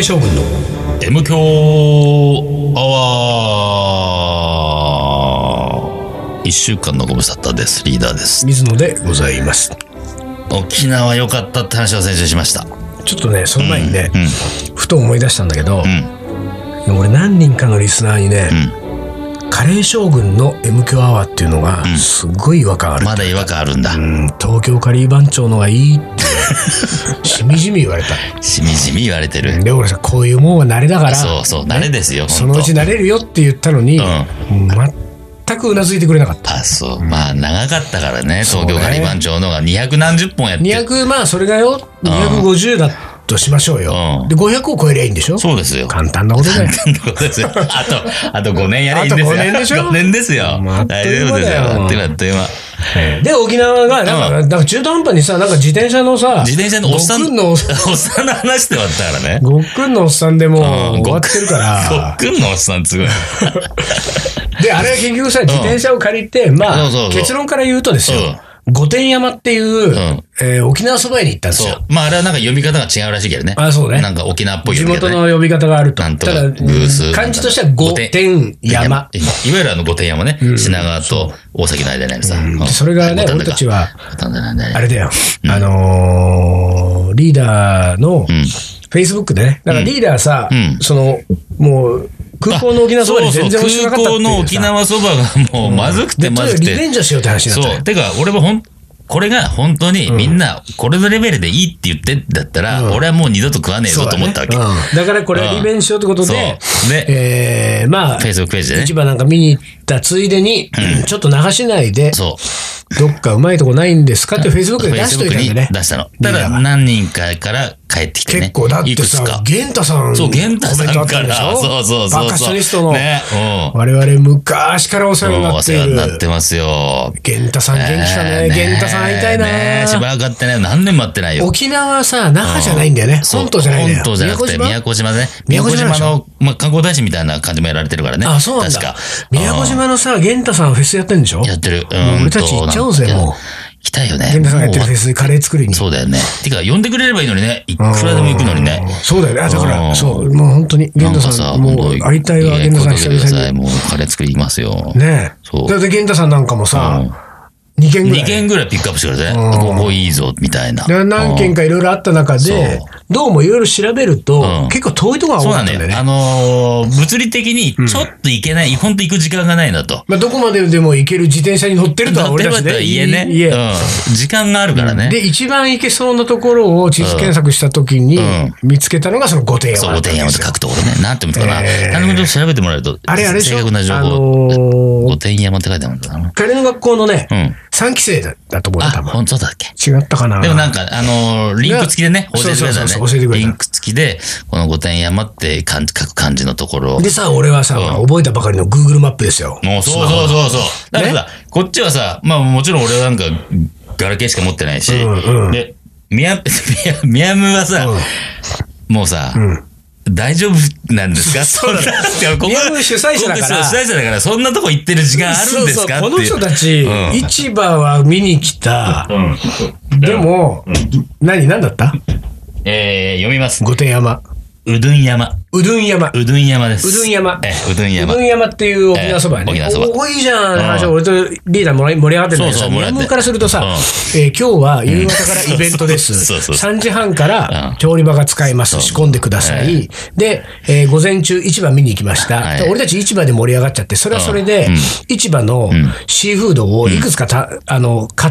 ー将軍の M 強アワー。1週間のご無沙汰です。リーダーです。 水野でございます。 沖縄良かったって話を先週しました。 ちょっとね、その前にね、ふと思い出したんだけど、俺何人かのリスナーにね、カレー将軍の M 強アワーっていうのがすごい違和感ある、 まだ違和感あるんだ。 東京カリー番長のがいいってしみじみ言われた。 しみじみ言われてる。 で俺さ、こういうもんは慣れだから、 そうそう、慣れですよ。 そのうち慣れるよって言ったのに、全くうなずいてくれなかった。 あ、そう。まあ長かったからね、東京カリー番長のが200何十本やって。 200、まあそれがよ、250だとしましょうよ。で、500を超えりゃいいんでしょ。 そうですよ。 簡単なことだよ。 簡単なことですよ。あと5年やればいいんですよ。 あと5年でしょ。 5年ですよ。大丈夫ですよ。あっという間。 で、沖縄が、なんか中途半端にさ、なんか自転車のおっさん。 ごっくんの話で終わったからね。 ごっくんのおっさんでもう終わってるから。 ごっくんのおっさんすごい。 で、あれは結局さ、自転車を借りて、まあ、結論から言うとですよ。御殿山っていう、沖縄そば屋に行ったんですよ。 まああれはなんか呼び方が違うらしいけどね。 あ、そうね。 なんか沖縄っぽい呼び方ね。地元の呼び方があると。 なんとかグース。 漢字としては御殿山。 いわゆる御殿山ね。品川と大崎の間にあるさ。 それがね、俺たちは、あれだよ。リーダーの、Facebook でね。だからリーダーさ、もう、空港の沖縄そばに全然美味しくなかったっていう。 空港の沖縄そばがもうまずくてまずくて。 リベンジをしようって話になった。 そう。てか、俺はこれが本当にみんなこれのレベルでいいって言ってんだったら、俺はもう二度と食わねえぞと思ったわけ。 だからこれはリベンジしようってことで、まあ、 Facebook ページでね。 市場なんか見に行ったついでに、ちょっと流しないで、どっかうまいとこないんですかって Facebook で出しといたんでね。 出したの。ただ何人かから帰ってきてね。 結構だってさ、玄太さん。 そう、玄太さんから。そう。 バカストリストの。我々昔からお世話になっている。 お世話になってますよ。 玄太さん元気かね。玄太さん会いたいな。 しばらく会ってない。何年も会ってないよ。 沖縄はさ、那覇じゃないんだよね。本島じゃないんだよ。 本島じゃなくて、宮古島ね。宮古島の観光大使みたいな感じもやられてるからね。 あ、そうなんだ。確か。宮古島のさ、玄太さんフェスやってんでしょ。 やってる。 俺たち行っちゃおうぜ、もう。 行きたいよね。 玄太さんがやってるフェスにカレー作りに。 そうだよね。てか、呼んでくれればいいのにね。いくらでも行くのにね。 そうだよね。だから、そう、もう本当に、玄太さん、もう会いたいわ、玄太さん久々に。 もうカレー作りますよ。 ねえ。そう。だって玄太さんなんかもさ、2件ぐらいピックアップしてくれて、ここいいぞ、みたいな。 何件かいろいろあった中で、どうもいろいろ調べると、結構遠いところが多かったんだよね。 物理的にちょっと行けない、本当行く時間がないなと。 まあどこまででも行ける自転車に乗ってるとは俺たちね。 家ね。時間があるからね。 で、一番行けそうなところを地図検索したときに見つけたのがその御殿山。 そう、御殿山と書くところね。なんて言うのかな。なるほど、調べてもらえると。 あれ正確な情報。御殿山って書いてあるんだな。 彼の学校のね、3期生だと思うよ、多分。 本当だっけ。 違ったかな。 でもなんか、リンク付きでね、教えてくれたね。 教えてくれた。 リンク付きで、この御殿山って書く漢字のところ。 でさ、俺はさ、覚えたばかりの Google マップですよ。 もうそう。だからさ、こっちはさ、まあもちろん俺はなんか、ガラケーしか持ってないし、で、ミヤムはさ、もうさ、大丈夫なんですか。 そうだね。ここ主催者だから。 主催者だから、そんなとこ行ってる時間あるんですか。 この人たち、市場は見に来た。でも、何だった？ 読みます。 御殿山。 うどん山。 うどん山。 うどん山です。 うどん山。 うどん山。 うどん山っていう沖縄そばね。 沖縄そば。 多いじゃん。話俺とリーダー盛り上がってるんだけどさ、宮本からするとさ、今日は夕方からイベントです。3時半から調理場が使えます。仕込んでください。で、午前中市場見に行きました。俺たち市場で盛り上がっちゃって、それはそれで、市場のシーフードをいくつか買って、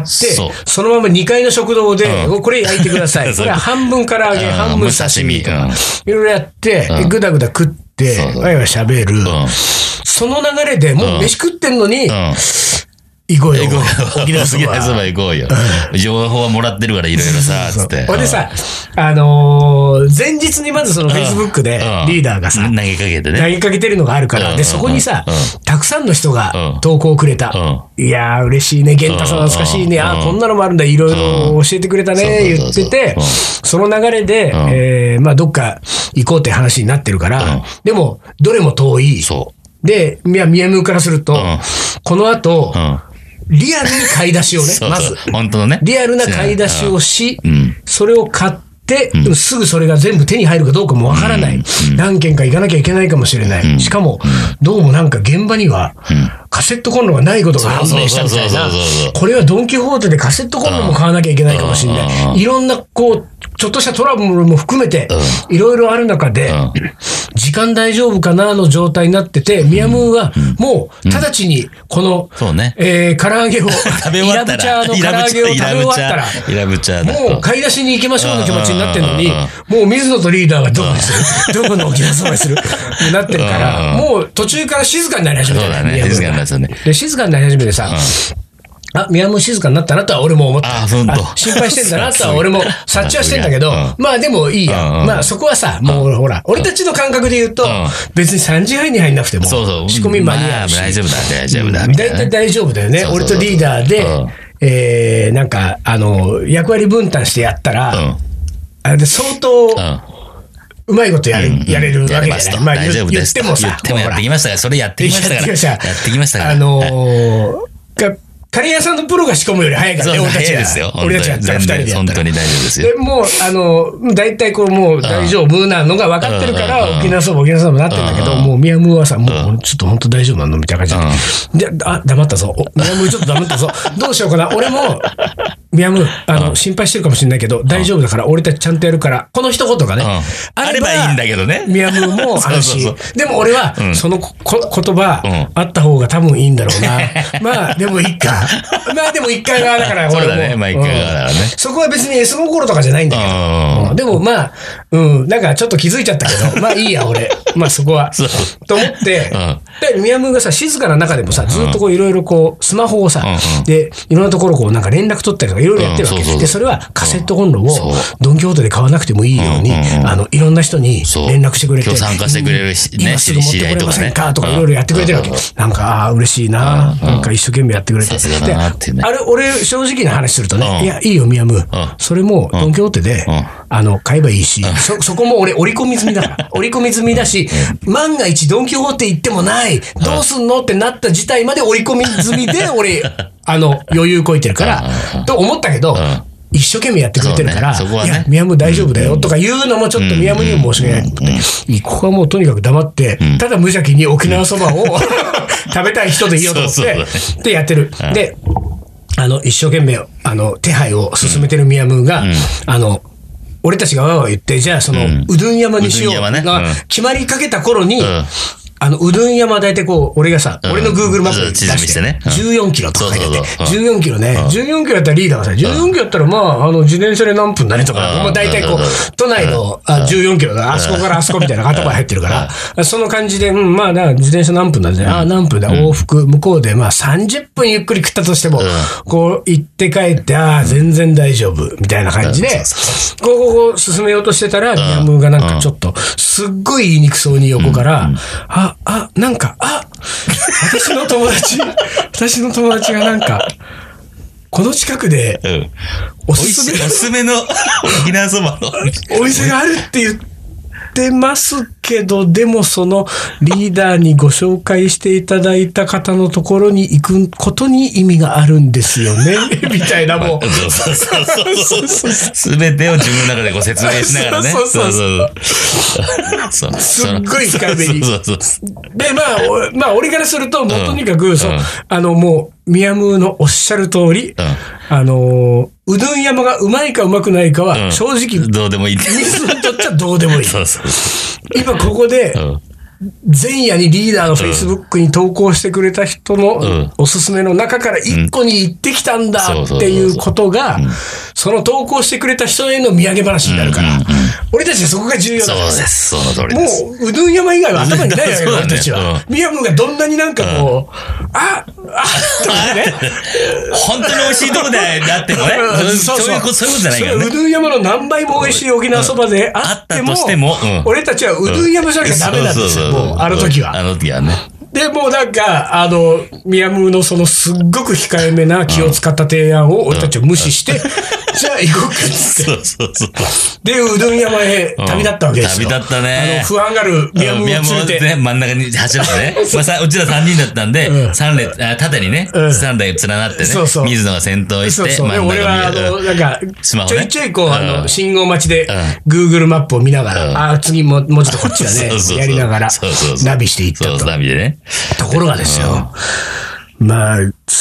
そのまま2階の食堂で、これ焼いてください。これは半分唐揚げ、半分刺身とか、いろいろやって、ぐだぐだ食って、わいわい喋る。その流れでもう飯食ってんのに、行こうよ。 沖縄そば行こうよ。情報はもらってるからいろいろさ、つって。 ほんでさ、前日にまずその Facebook でリーダーがさ、 投げかけてね。 投げかけてるのがあるから、で、そこにさ、たくさんの人が投稿をくれた。いやー、嬉しいね、玄太さん懐かしいね、こんなのもあるんだ、いろいろ教えてくれたね、言ってて、その流れで、まあ、どっか行こうって話になってるから、でも、どれも遠い。で、宮ムからすると、この後、リアルに買い出しをね、まず。 本当のね。 リアルな買い出しをし、それを買っすぐそれが全部手に入るかどうかもわからない。何軒か行かなきゃいけないかもしれない。しかも、どうもなんか現場には、カセットコンロがないことが判明したみたいな。これはドンキホーテでカセットコンロも買わなきゃいけないかもしれない。いろんな、ちょっとしたトラブルも含めて、いろいろある中で、時間大丈夫かなの状態になってて、ミヤムーは、もう、直ちに、この、唐揚げを、イラブチャーの唐揚げを食べ終わったら、もう買い出しに行きましょうの気持ちになってるのに、もう水野とリーダーはどこにするどこの沖縄そばにするなってるから、もう途中から静かになり始めた。そうだね、静かになりましたね。で、静かになり始めてさ、ミヤムー静かになったなとは俺も思った。心配してんだなとは俺も察知はしてんだけど、まあでもいいや。まあそこはさ、もうほら、俺たちの感覚で言うと、別に3時半に入んなくても、仕込み間に合うし。 大丈夫だ、大丈夫だ。 大体大丈夫だよね。俺とリーダーで、なんか、役割分担してやったら、相当、うまいことやれるわけじゃない。まあ言ってもさ。 言ってもやってきましたから、それやってきましたから。やってきましたから。 カレー屋さんのプロが仕込むより早いからね、俺たちは。俺たちは2人でやったら。 本当に大丈夫ですよ。 で、もう、大体もう大丈夫なのが分かってるから、沖縄そばなってるんだけど、もうミヤムーはさ、もうちょっと本当大丈夫なのみたいな感じで。黙ったぞ。ミヤムーちょっと黙ったぞ。どうしようかな。俺も、ミヤムー、心配してるかもしれないけど、大丈夫だから、俺たちちゃんとやるから、この一言がね、 あればいいんだけどね。 ミヤムーも安心。でも俺は、その言葉、あった方が多分いいんだろうな。まあ、でもいいか。まあでも一回側だから、 俺も。そうだね、まあ一回側だからね。 そこは別に S 心とかじゃないんだけど。でもまあ、なんかちょっと気づいちゃったけど、まあいいや、俺。まあそこは。と思って、ミヤムーがさ、静かな中でもさ、ずっといろいろスマホをさ、で、いろんなところなんか連絡取ったりとかいろいろやってるわけで、それはカセットコンロをドンキホーテで買わなくてもいいように、いろんな人に連絡してくれて、 今日参加してくれるね、 今すぐ持ってこれませんかとかいろいろやってくれてるわけ。なんか、嬉しいな。なんか一生懸命やってくれて。俺、正直な話するとね、いや、いいよ、ミヤムー。それも、ドンキホーテで、買えばいいし、そこも俺、織り込み済みだから。織り込み済みだし、万が一ドンキホーテ行ってもない、どうすんのってなった事態まで織り込み済みで、俺、余裕こいてるから、と思ったけど、一生懸命やってくれてるから、いや、ミヤムー大丈夫だよとか言うのもちょっとミヤムーにも申し訳ないって。ここはもうとにかく黙って、ただ無邪気に沖縄そばを食べたい人でいいよと思って、でやってる。で、一生懸命、手配を進めてるミヤムーが、俺たちがわわ言って、じゃあうどん山にしようが決まりかけた頃に、うどん山大体俺がさ、俺の Google マップで出して、14キロとか書いてて、14キロね。14キロだったらリーダーがさ、14キロだったらまあ、自転車で何分だねとか、まあ大体都内の14キロだ、あそこからあそこみたいな頭が入ってるから、その感じで、まあ、自転車何分だね。何分だ、往復、向こうでまあ30分ゆっくり食ったとしても、行って帰って、全然大丈夫、みたいな感じで、進めようとしてたら、ミヤムーがなんかちょっと、すっごい言いにくそうに横から、なんか、私の友達がなんか、この近くで、おすすめの沖縄そばのお店があるって言ってますけど、でもそのリーダーにご紹介していただいた方のところに行くことに意味があるんですよね、みたいなもう。 すべてを自分の中で説明しながらね。 すっごい控えめに。で、まあ、俺からすると、もうとにかく、もう、ミヤムーのおっしゃる通り、うどん山がうまいかうまくないかは、正直、 どうでもいい。 水にとっちゃどうでもいい。今ここで、前夜にリーダーのフェイスブックに投稿してくれた人のおすすめの中から一個に行ってきたんだっていうことが、その投稿してくれた人への土産話になるから、俺たちはそこが重要だから。 そうです、その通りです。 もう、うどん山以外は頭にないわけだ、俺たちは。ミヤムーがどんなになんかとかね。 本当に美味しいとこであってもね。そういうことじゃないからね。 うどん山の何倍も美味しい沖縄そばであっても、俺たちはうどん山じゃなきゃダメなんですよ、もう、あの時は。 あの時はね。 で、もうなんか、ミヤムーのすっごく控えめな気を使った提案を俺たちは無視して、 じゃあ行こうかっつって。 そう。 で、うどん山へ旅立ったわけですよ。 旅立ったね。 不安がる宮本を連れて。 ね、真ん中に走ってね。うちら3人だったんで、3列、縦にね、3列連なってね。水野が先頭行って、 真ん中に。俺は、なんか、ちょいちょいこう、信号待ちで、Google マップを見ながら、次もうちょっとこっちだね。やりながら、ナビしていったと。 ナビでね。 ところがですよ。まあ、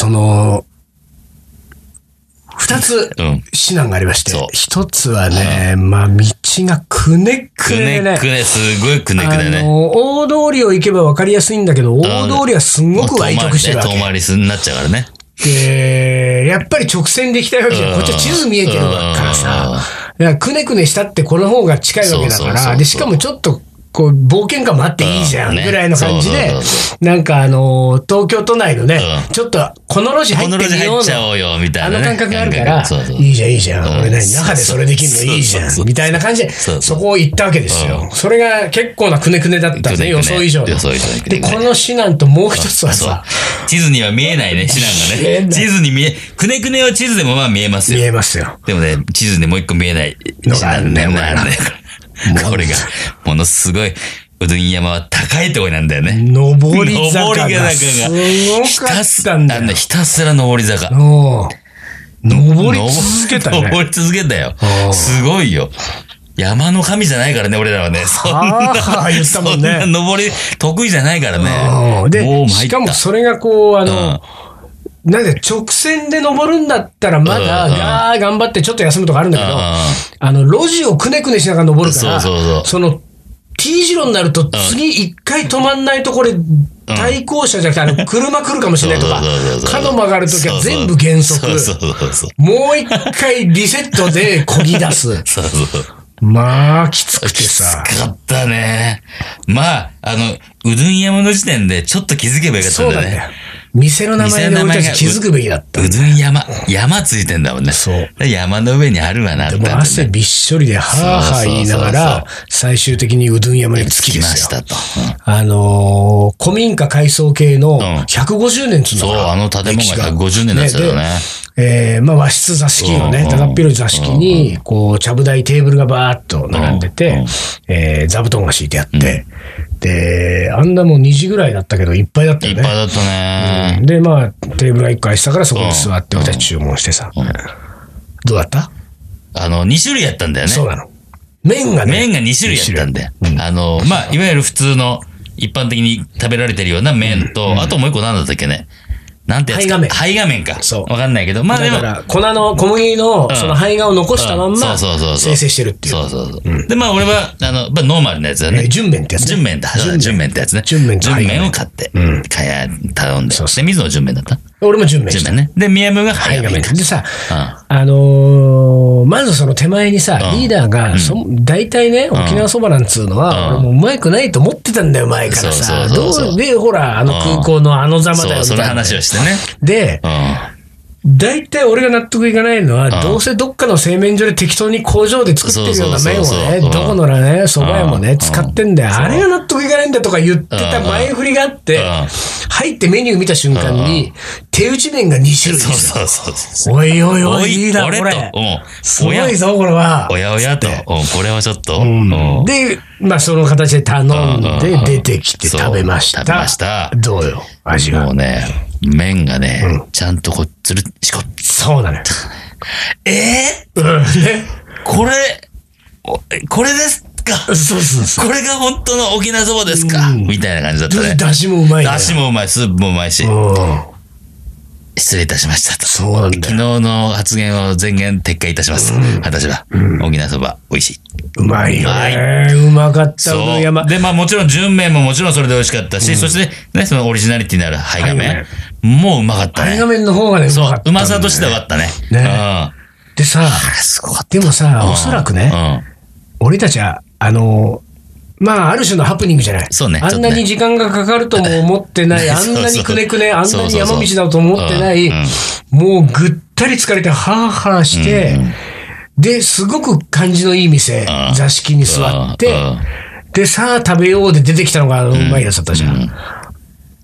二つ指南がありまして、一つはね、まあ道がくねくねね。 すごいくねくねね。 大通りを行けば分かりやすいんだけど、大通りはすごく歪曲してるわけ。 遠回りになっちゃうからね。 で、やっぱり直線で行きたいわけじゃん。こっちは地図見えてるからさ。くねくねしたってこの方が近いわけだから、で、しかもちょっと、こう、冒険感もあっていいじゃん、ぐらいの感じで、なんか東京都内のね、ちょっと、この路地入ってみようっちゃおうよ、みたいな。 感覚があるから、いいじゃん。俺ね、中でそれできるのいいじゃん。みたいな感じで、そこを行ったわけですよ。それが結構なくねくねだったね、予想以上の。で、この指南ともう一つはさ、 地図には見えないね、指南がね。地図にくねくねは地図でもまあ見えますよ。 見えますよ。 でもね、地図でもう一個見えない指南ね。これが、ものすごい、うどん山は高いところなんだよね。 上り坂がすごかったんだよ。 ひたすら上り坂。 上り続けたね。 上り続けたよ。すごいよ。山の神じゃないからね、俺らはね。そんな、 言ったもんね。 そんな上り得意じゃないからね。 で、しかもそれがこう、なんで直線で登るんだったらまだ、頑張ってちょっと休むとかあるんだけど、路地をくねくねしながら登るから、その、T 字路になると次一回止まんないとこれ、対向車じゃなくて、車来るかもしれないとか、角曲がるときは全部減速。もう一回リセットで漕ぎ出す。まあ、きつくてさ。 きつかったね。まあ、うどん山の時点でちょっと気づけばよかったんだよね。そうだね。 店の名前で俺たち気づくべきだった。 うどん山。山ついてんだもんね。そう。山の上にあるわなって。 でも汗びっしょりで、はぁはぁ言いながら、最終的にうどん山に着きましたと。古民家改装系の150年つうのそう、建物が150年だったよね。 まあ和室座敷のね、だだっ広い座敷に、こう、ちゃぶ台テーブルがバーっと並んでて、座布団が敷いてあって、で、あんなもん2時ぐらいだったけど、いっぱいだったよね。 いっぱいだったね。 で、まあ、テーブルが1個空いてたからそこに座って俺たち注文してさ。どうだった？ 2種類やったんだよね。 そうなの。麺が 2種類やったんだよ。まあ、いわゆる普通の一般的に食べられてるような麺と、あともう一個何だったっけね。なんてやつか。胚芽麺か。そう。わかんないけど。まあでも。 だから、小麦の、その胚芽を残したまんま、生成してるっていう。 そう。で、まあ俺は、ノーマルなやつだね。 純麺ってやつね。 純麺だ。純麺ってやつね。 純麺を買って、頼んで。で、水野純麺だった俺も純麺。 純麺ね。で、宮山が胚芽麺。 でさ、まずその手前にさ、リーダーが、大体ね、沖縄そばなんつうのは、俺もうまくないと思ってたんだよ、前からさ。で、ほら、空港のざまだよみたいな。 その話をしてね。 で、大体俺が納得いかないのは、どうせどっかの製麺所で適当に工場で作ってるような麺をね、どこのね、蕎麦屋もね、使ってんだよ。あれが納得いかないんだとか言ってた前振りがあって、入ってメニュー見た瞬間に、手打ち麺が2種類ですよ。おいおいおい、いいな、これ。すごいぞ、これは。 おやおやと。これはちょっと。 で、まあその形で頼んで出てきて食べました。 食べました。 どうよ、味が。 もうね、麺がね、ちゃんとつるしこ。 そうなのよ。 これですか？そう。これが本当の沖縄そばですか？みたいな感じだったね。 だしもうまい。 だしもうまい、スープもうまいし。失礼いたしましたと。 そうなんだよ。 昨日の発言を全言撤回いたします。私は。沖縄そば、美味しい。 うまいよね。うまかった、うどん山。 で、まあもちろん純麺ももちろんそれで美味しかったし、そしてね、そのオリジナリティになる胚芽麺もううまかったね。 胚芽麺の方がね、うまかった。 うまさとしてはあったね。 でさ、でもさ、おそらくね、俺たちは、まあ、ある種のハプニングじゃない。 そうね。 あんなに時間がかかるとも思ってない、あんなにくねくね、あんなに山道だと思ってない、もうぐったり疲れて、はぁはぁして、で、すごく感じのいい店、座敷に座って、で、さあ食べようで出てきたのがうまいやつだったじゃん。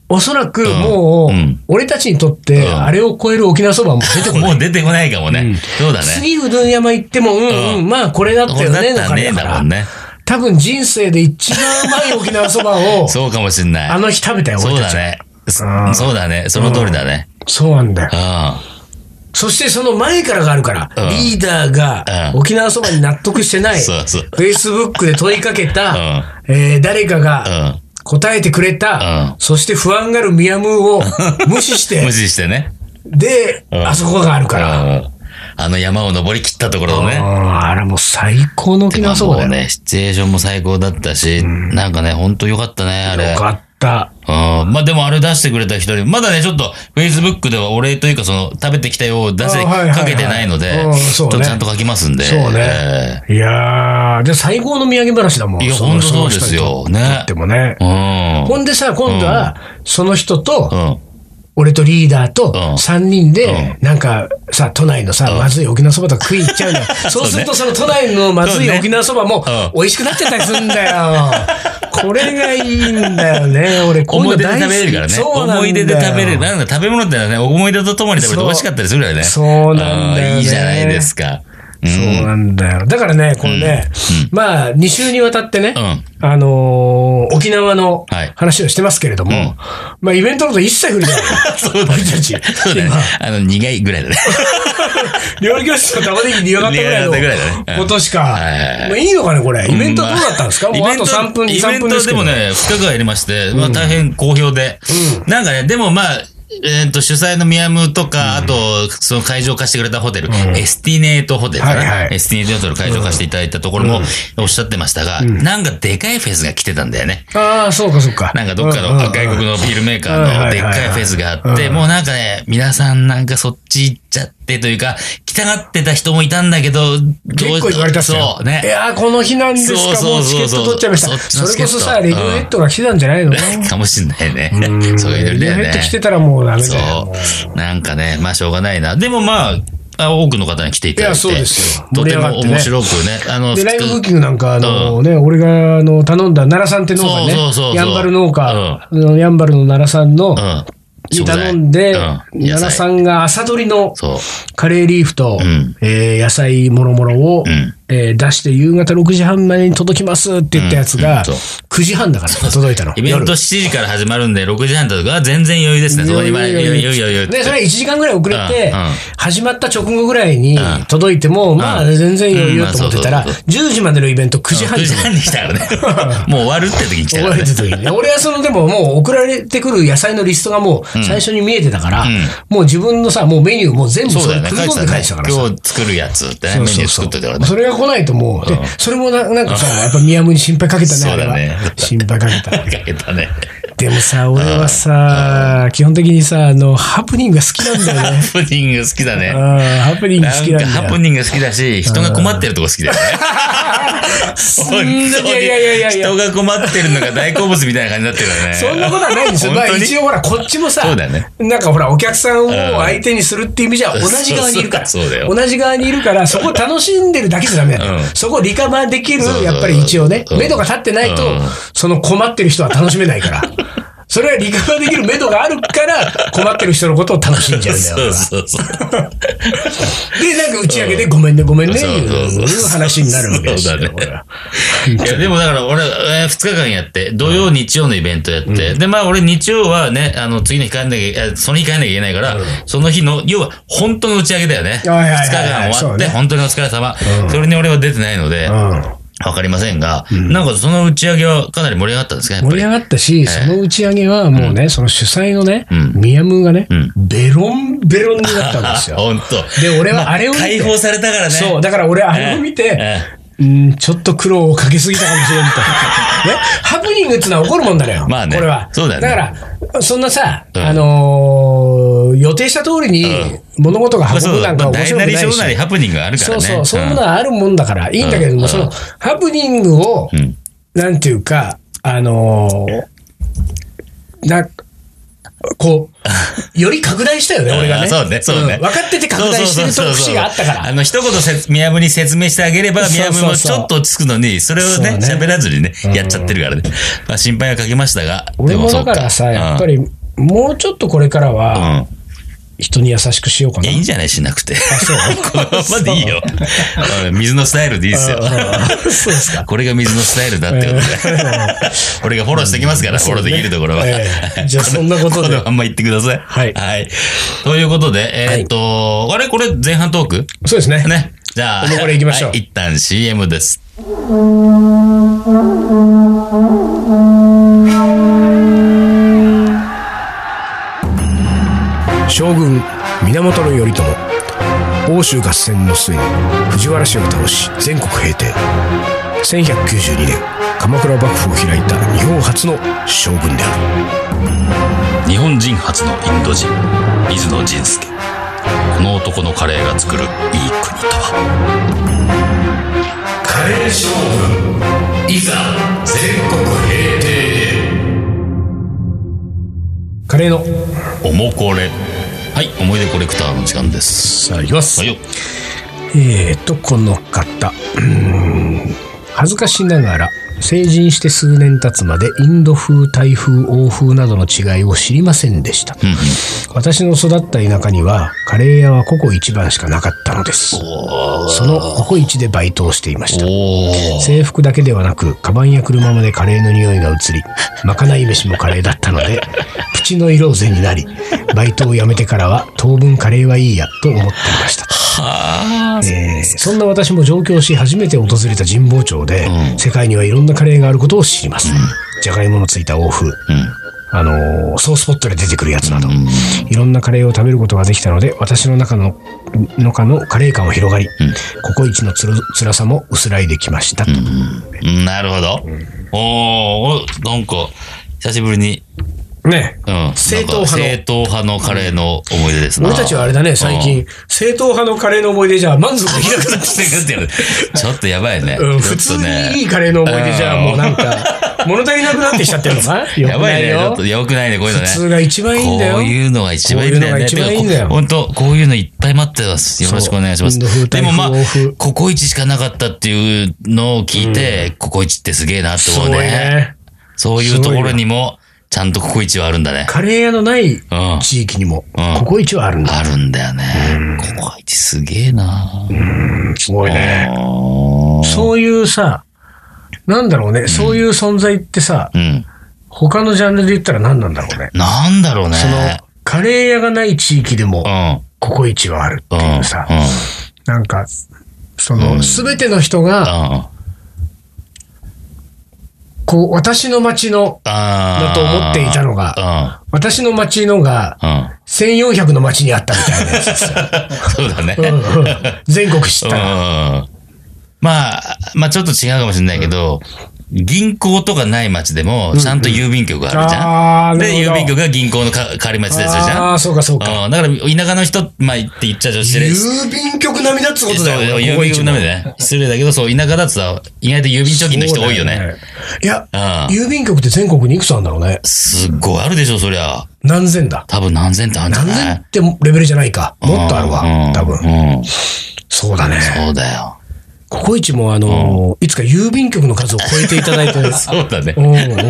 おそらくもう、俺たちにとって、あれを超える沖縄そばはもう出てこない。 もう出てこないかもね。そうだね。 次うどん山行っても、まあこれだったよね、 だもんね。 多分人生で一番うまい沖縄そばを、 そうかもしんない。 あの日食べたよ、俺たち。 そうだね。その通りだね。 そうなんだよ。そしてその前からがあるから、リーダーが沖縄そばに納得してない、Facebook で問いかけた、誰かが答えてくれた、そして不安がるミヤムーを無視して、 無視してね。 で、あそこがあるから。 あの山を登り切ったところね。 あれもう最高の沖縄そばだよね。 シチュエーションも最高だったし、なんかね、ほんとよかったね、あれ。 よかった。 まあでもあれ出してくれた一人、まだね、ちょっと Facebook ではお礼というか、その食べてきたよを出せ、かけてないので、ちょっとちゃんと書きますんで。 そうね。いやー、で、最高の土産話だもん。 いや、ほんとそうですよ。ね。 でもね。ほんでさ、今度は、その人と、俺とリーダーと3人で、なんかさ、都内のさ、まずい沖縄そばとか食い行っちゃうんだよ。そうするとその都内のまずい沖縄そばも美味しくなっちゃったりするんだよ。これがいいんだよね。俺、 思い出で食べれるからね。思い出で食べれる。なんか食べ物ってのはね、思い出とともに食べると美味しかったりするよね。 そうなんだよね。 いいじゃないですか。 そうなんだよ。だからね、このね、まあ、2週にわたってね、沖縄の話をしてますけれども、まあ、イベントのこと一切触れてない。 そうだね。そうだね。苦いぐらいだね。 料理教室の玉ねぎに苦かったぐらいのことしか。まあ、いいのかね、これ。イベントはどうだったんですか？もうあと3分、2、3分ですけど。 イベントでもね、2日間やりまして、まあ、大変好評で。なんかね、でもまあ、主催のミヤムとか、あと、その会場を貸してくれたホテル、エスティネートホテルかな。エスティネートホテル会場貸していただいたところもおっしゃってましたが、なんかでかいフェスが来てたんだよね。 ああ、そうかそうか。 なんかどっかの外国のビールメーカーのでっかいフェスがあって、もうなんかね、皆さんなんかそっち行っちゃってというか、来たがってた人もいたんだけど、 結構言われたっすよ。 そうね。 いやー、この日なんですか、もうチケット取っちゃいました。それこそさ、レディオヘッドが来てたんじゃないのかもしんないね。そういうのだよね。 レディオヘッド来てたらもうダメだよ。 なんかね、まあしょうがないな。でもまあ、多くの方に来ていただいて。 いや、そうですよ。 とても面白くね。 で、ライブブッキングなんか、ね、俺が頼んだ奈良さんって農家ね。やんばる農家、やんばるの奈良さんの、に頼んで、奈良さんが朝取りのカレーリーフと、野菜もろもろを出して夕方6時半までに届きますって言ったやつが、9時半だから届いたの。 イベント7時から始まるんで、6時半とか全然余裕ですね。そこに余裕。 で、それは1時間ぐらい遅れて、始まった直後ぐらいに届いても、まあ全然余裕と思ってたら、10時までのイベント9時半に。 9時半に来たからね。もう終わるって時に来たからね。 終わるって時に。俺はでももう送られてくる野菜のリストがもう最初に見えてたから、もう自分のさ、もうメニューも全部それ組み込んで返したからさ。 今日作るやつってね、メニュー作っといてからね。 それが来ないともう、それもなんかさ、やっぱ宮村に心配かけたね、あれは。心配かけた。 かけたね。 でもさ、俺はさ、基本的にさ、ハプニングが好きなんだよね。 ハプニング好きだね。 ハプニング好きなんだよ。 ハプニング好きだし、人が困ってるとこ好きだよね。いや人が困ってるのが大好物みたいな感じになってるよね。 そんなことはないんですよ。まあ一応ほら、こっちもさ、なんかほら、お客さんを相手にするっていう意味じゃ同じ側にいるから。同じ側にいるから、そこを楽しんでるだけじゃダメだよ。そこをリカバーできる、やっぱり一応ね、目処が立ってないと、その困ってる人は楽しめないから。それはリカバーできる目処があるから困ってる人のことを楽しんじゃうんだよ。そう。で、なんか打ち上げでごめんね、いう話になるわけですよ。そうだね。 いや、でもだから俺、2日間やって、土曜、日曜のイベントやって、で、まあ俺日曜はね、次の日帰んなきゃ、その日帰んなきゃいけないから、その日の、要は本当の打ち上げだよね。2日間終わって、本当にお疲れ様。それに俺は出てないので、わかりませんが、なんかその打ち上げはかなり盛り上がったんですか？ 盛り上がったし、その打ち上げはもうね、その主催のね、ミヤムーがね、ベロンベロンになったんですよ。 本当。 で、俺はあれを見て、 解放されたからね。 そう、だから俺あれを見て、ちょっと苦労をかけすぎたかもしれんと。ね、ハプニングっていうのは起こるもんだよ。まあね。これは。 そうだよね。 だから、そんなさ、予定した通りに物事が運ぶなんか面白くないし。 大なり小なりハプニングがあるからね。 そういうものはあるもんだからいいんだけども、そのハプニングを、なんていうか、より拡大したよね、俺がね。 そうね。 分かってて拡大してると節があったから。 一言ミヤムに説明してあげれば、ミヤムもちょっと落ち着くのに、それをね、喋らずにね、やっちゃってるからね。まあ心配はかけましたが。 俺もだからさ、やっぱり、 もうちょっとこれからは、人に優しくしようかな。 いいんじゃないしなくて。 そうこのままでいいよ。水のスタイルでいいですよ。 そうですか。 これが水のスタイルだってことで。俺がフォローしてきますから、フォローできるところは。 じゃあそんなことで。 このまんま言ってください。 はい。 はい。ということで、あれこれ前半トーク？ そうですね。 ね。じゃあ、 これ行きましょう。 一旦 CM です。 将軍源頼朝、欧州合戦の末に藤原氏を倒し全国平定。1192年鎌倉幕府を開いた日本初の将軍である。日本人初のインド人水野仁介。この男のカレーが作るいい国とは。カレー将軍いざ全国平定。 カレーのおもこれ。はい、思い出コレクターの時間です。 さあ、いきます。 はいよ。 この方。恥ずかしながら、成人して数年経つまでインド風、タイ風、欧風などの違いを知りませんでした。私の育った田舎には、カレー屋はココ一番しかなかったのです。そのココイチでバイトをしていました。制服だけではなく、カバンや車までカレーの匂いが移り、まかない飯もカレーだったので、プチノイローゼになり、バイトを辞めてからは当分カレーはいいやと思っていました。そんな私も上京し初めて訪れた神保町で、世界にはいろんなカレーがあることを知ります。じゃがいものついた欧風、ソースポットで出てくるやつなど、いろんなカレーを食べることができたので、私の中のカレー感は広がり、ココイチの辛さも薄らいできましたと。 なるほど。なんか久しぶりにね、正統派のカレーの思い出ですな。 俺たちはあれだね、最近、正統派のカレーの思い出じゃ満足できなくなってる。 ちょっとやばいね。 普通にいいカレーの思い出じゃもうなんか、物足りなくなってきちゃってるのかやばいね。ちょっとよくないね、こういうのね。 普通が一番いいんだよ。 こういうのが一番いいんだよね。本当こういうのいっぱい待ってます。よろしくお願いします。でもまあ、ココイチしかなかったっていうのを聞いて、ココイチってすげえなって思うね。そういうところにも、ちゃんとココイチはあるんだね。 カレー屋のない地域にも、ココイチはあるんだ。 あるんだよね。ココイチすげえな。 すごいね。そういうさ、なんだろうね、そういう存在ってさ、他のジャンルで言ったら何なんだろうね。 なんだろうね。 カレー屋がない地域でも、ココイチはあるっていうさ、なんか、すべての人が、私の町の、だと思っていたのが、私の町のが、1400の町にあったみたいなやつですよ。 そうだね。 全国知ったら。 まあちょっと違うかもしれないけど、銀行とかない町でも、ちゃんと郵便局があるじゃん。で、郵便局が銀行の代わり町でするじゃん。 ああ、そうかそうか。 だから、田舎の人、まあ、って言っちゃ失礼。 郵便局並みだっつことだよ。 郵便局並みでね。失礼だけど、そう、田舎だとさ、意外と郵便貯金の人多いよね。 いや、郵便局って全国にいくつあるんだろうね。 すっごいあるでしょ、そりゃ。 何千だ。 多分何千ってあるんじゃない？ 何千ってレベルじゃないか。もっとあるわ。多分。そうだね。 そうだよ。 ココイチもいつか郵便局の数を超えていただいて。 そうだね。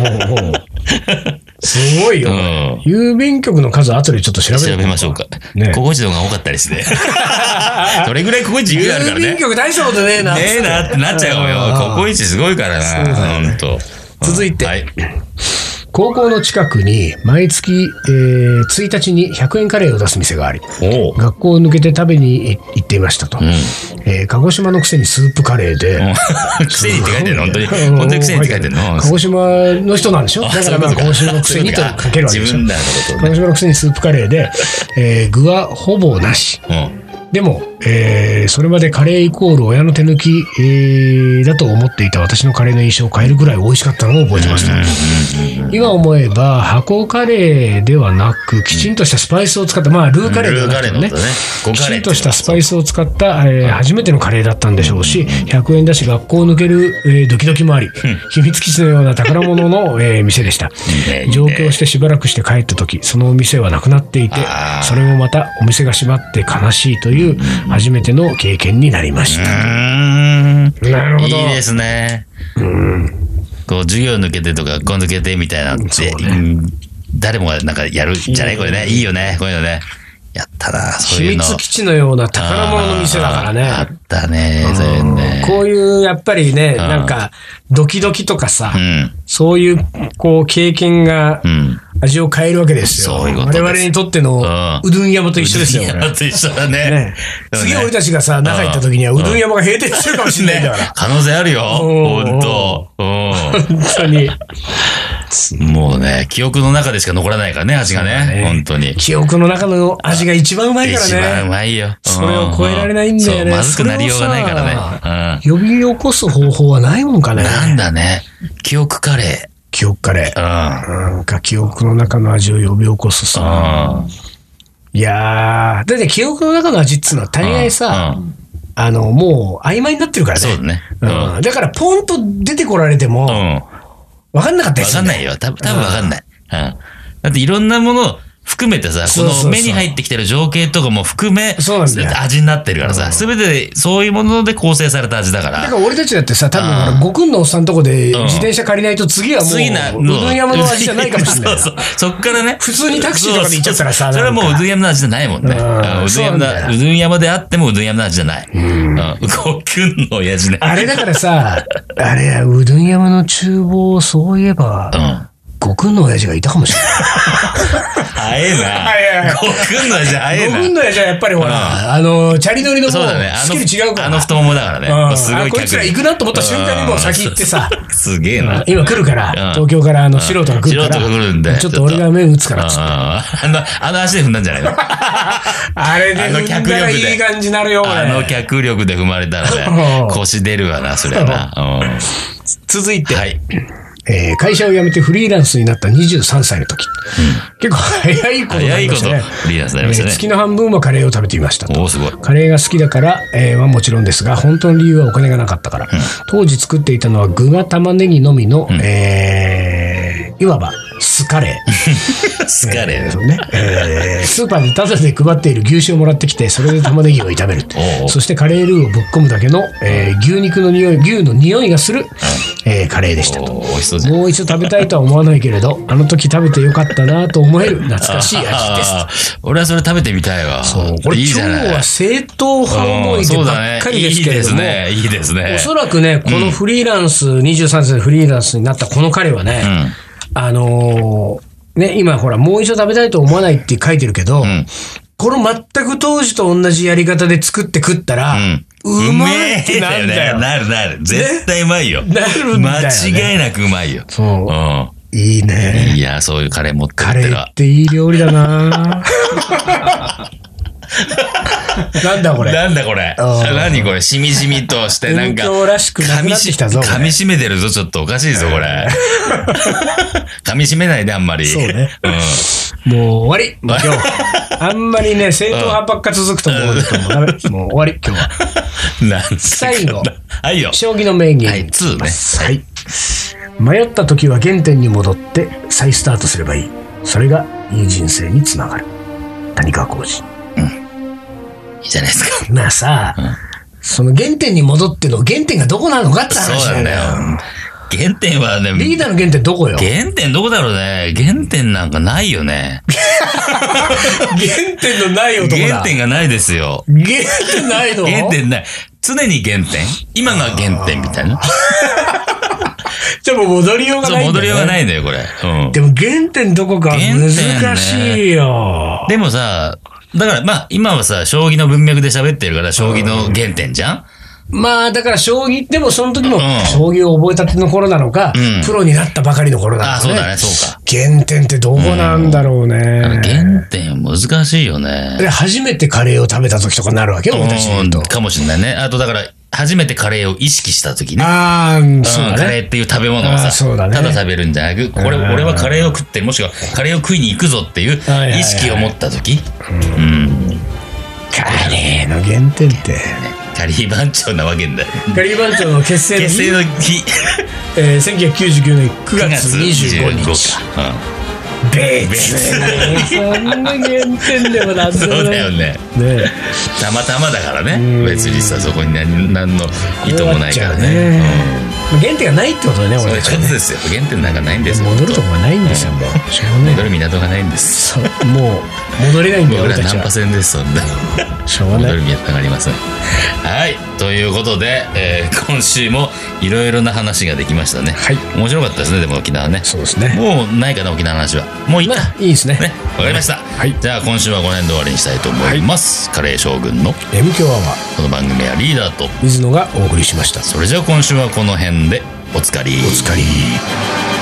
すごいよ。郵便局の数後でちょっと調べましょうか。ココイチの方が多かったりして。それぐらいココイチ勢いあるからね。 郵便局大したことねえな。 ねえなってなっちゃうよ。ココイチすごいからな。ほんと。 続いて。高校の近くに毎月、1日に100円カレーを出す店があり、学校を抜けて食べに行っていましたと。鹿児島のくせにスープカレーで。 くせにって書いてるの？本当に。本当にくせにって書いてるの？ 鹿児島の人なんでしょ？だからまあ鹿児島のくせにと書けるわけでしょ。鹿児島のくせにスープカレーで、具はほぼなし。でも、それまでカレーイコール親の手抜き、だと思っていた私のカレーの印象を変えるぐらい美味しかったのを覚えてます。今思えば箱カレーではなくきちんとしたスパイスを使った、まあルーカレーではなくてね、きちんとしたスパイスを使った、初めてのカレーだったんでしょうし、100円だし学校を抜ける、ドキドキもあり、秘密基地のような宝物の、店でした。上京してしばらくして帰った時、そのお店はなくなっていて、それもまたお店が閉まって悲しいという初めての経験になりました。なるほど。 いいですね。こう授業抜けてとか学校抜けてみたいなって、 誰もがなんかやるんじゃないこれね。いいよね、こういうのね。やったな、そういうの。 秘密基地のような宝物の店だからね。 あったね、そういうね。 こういう、やっぱりね、なんか、ドキドキとかさ、そういう、こう、経験が、味を変えるわけですよ。我々にとっての、うどん山と一緒ですよ。 うどん山と一緒だね。 次俺たちがさ、中行った時には、うどん山が閉店してるかもしれないんだから。 可能性あるよ。本当。 本当に。 もうね、記憶の中でしか残らないからね、味がね。本当に。 記憶の中の味が一番うまいからね。 一番うまいよ。 それを超えられないんだよね。 まずくなりようがないからね。 呼び起こす方法はないもんかね。 なんだね。記憶カレー。 記憶カレー。なんか記憶の中の味を呼び起こすさ。いやー、だって記憶の中の味っつうのは大概さ、もう曖昧になってるからね。 そうだね。 だからポンと出てこられても、分かんなかったりする。 分かんないよ。多分分かんない。だっていろんなものを含めてさ、この目に入ってきてる情景とかも含め、味になってるからさ、すべてそういうもので構成された味だから。 だから俺たちだってさ、多分、ごくんのおっさんとこで自転車借りないと次はもう、うどん山の味じゃないかもしれない。 そっからね。 普通にタクシーとかで行っちゃったらさ、 それはもううどん山の味じゃないもんね。うどん山であってもうどん山の味じゃない。ごくんの親父ね。 あれだからさ、あれ、うどん山の厨房、そういえば、ごくんの親父がいたかもしれない。 早えな。ごくんの親父早えな。 ごくんの親父はやっぱりほら、チャリ乗りのもう、スキル違うから。 太ももだからね。すごいこいつら行くなと思った瞬間にもう先行ってさ。 すげえな。 今来るから、東京から素人が来るから。 素人が来るんで。 ちょっと俺が目打つからっつって。 あの足で踏んだんじゃないの？ あれで踏んだらいい感じになるよ、 脚力で踏まれたらね、腰出るわな、それはな。 続いて。はい。会社を辞めてフリーランスになった23歳の時。結構早いことになりましたね。 フリーランスになりましたね。 月の半分はカレーを食べていましたと。 すごい。 カレーが好きだからはもちろんですが、本当の理由はお金がなかったから。当時作っていたのは具が玉ねぎのみの、いわばスカレー。 スカレーね。スーパーでタダで配っている牛脂をもらってきて、それで玉ねぎを炒める。そしてカレールーをぶっ込むだけの、牛の匂いがする、カレーでしたと。もう一度食べたいとは思わないけれど、あの時食べてよかったなと思える懐かしい味です。 俺はそれ食べてみたいわ。 これ今日は正統派思い出ばっかりですけれども、 いいですね。 おそらくね、このフリーランス、23歳でフリーランスになったこの彼はね、今ほら、もう一度食べたいと思わないって書いてるけど、この全く当時と同じやり方で作って食ったら、うまいってなんだよ。 なる。絶対うまいよ。 なるんだよ。 間違いなくうまいよ。 そう。いいね。 いや、そういうカレー持ってるカレーっていい料理だななんだこれ。 何これ。しみじみとして、なんか。 東京らしくなくなってきたぞ。 噛み締めてるぞ、ちょっとおかしいぞ、これ。噛み締めないで、あんまり。 そうね。もう終わり。今日。あんまりね、正統派ばっか続くと思うけど、もう終わり、今日は。最後。 はいよ。 将棋の名言。 はい、2ね。 はい。迷った時は原点に戻って再スタートすればいい。それがいい人生につながる。谷川浩司。 いいじゃないですか。 まあさ、その原点に戻っての原点がどこなのかって話なんだよ。 原点はね、 リーダーの原点どこよ。 原点どこだろうね。原点なんかないよね。 原点のない男だ。 原点がないですよ。 原点ないの？ 原点ない。常に原点。今が原点みたいな。 じゃあもう戻りようがないんだよね。 戻りようがないんだよ、これ。 でも原点どこか難しいよ。 でもさ、だからまあ今はさ、将棋の文脈で喋ってるから将棋の原点じゃん？ まあだから将棋、でもその時も将棋を覚えたての頃なのか、プロになったばかりの頃なのかね。 あ、そうだね、そうか。 原点ってどこなんだろうね。 原点難しいよね。 で、初めてカレーを食べた時とかなるわけよ、私に言うと。 かもしれないね。あとだから、初めてカレーを意識した時ね。 そうだね。 カレーっていう食べ物をさ、ただ食べるんじゃなく、俺はカレーを食ってる、もしくはカレーを食いに行くぞっていう意識を持った時。 カレーの原点って。 カリー番長なわけんだよ。 カリー番長の結成の日。1999年9月25日。別にそんな原点でもなんでもない。 そうだよね。たまたまだからね。別にさ、そこに何の意図もないからね。 原点がないってことだね、俺たちはね。 そういうことですよ。原点なんかないんですよ。 戻るとこがないんですよ、もう。しょうがない。 戻る港がないんです。 そう、もう戻れないんだよ、 僕ら俺たちは。 ナンパ戦です、そんな。 しょうがない。 戻る港がありません。はい。ということで、今週もいろいろな話ができましたね。 はい。 面白かったですね、でも沖縄ね。 そうですね。 もうないかな、沖縄の話は。もういいか。 いいですね。 ね。わかりました。 はい。 じゃあ今週はこの辺で終わりにしたいと思います。カレー将軍の M 強アワー。 この番組はリーダーと水野がお送りしました。 それじゃあ今週はこの辺でおつかり。 おつかり。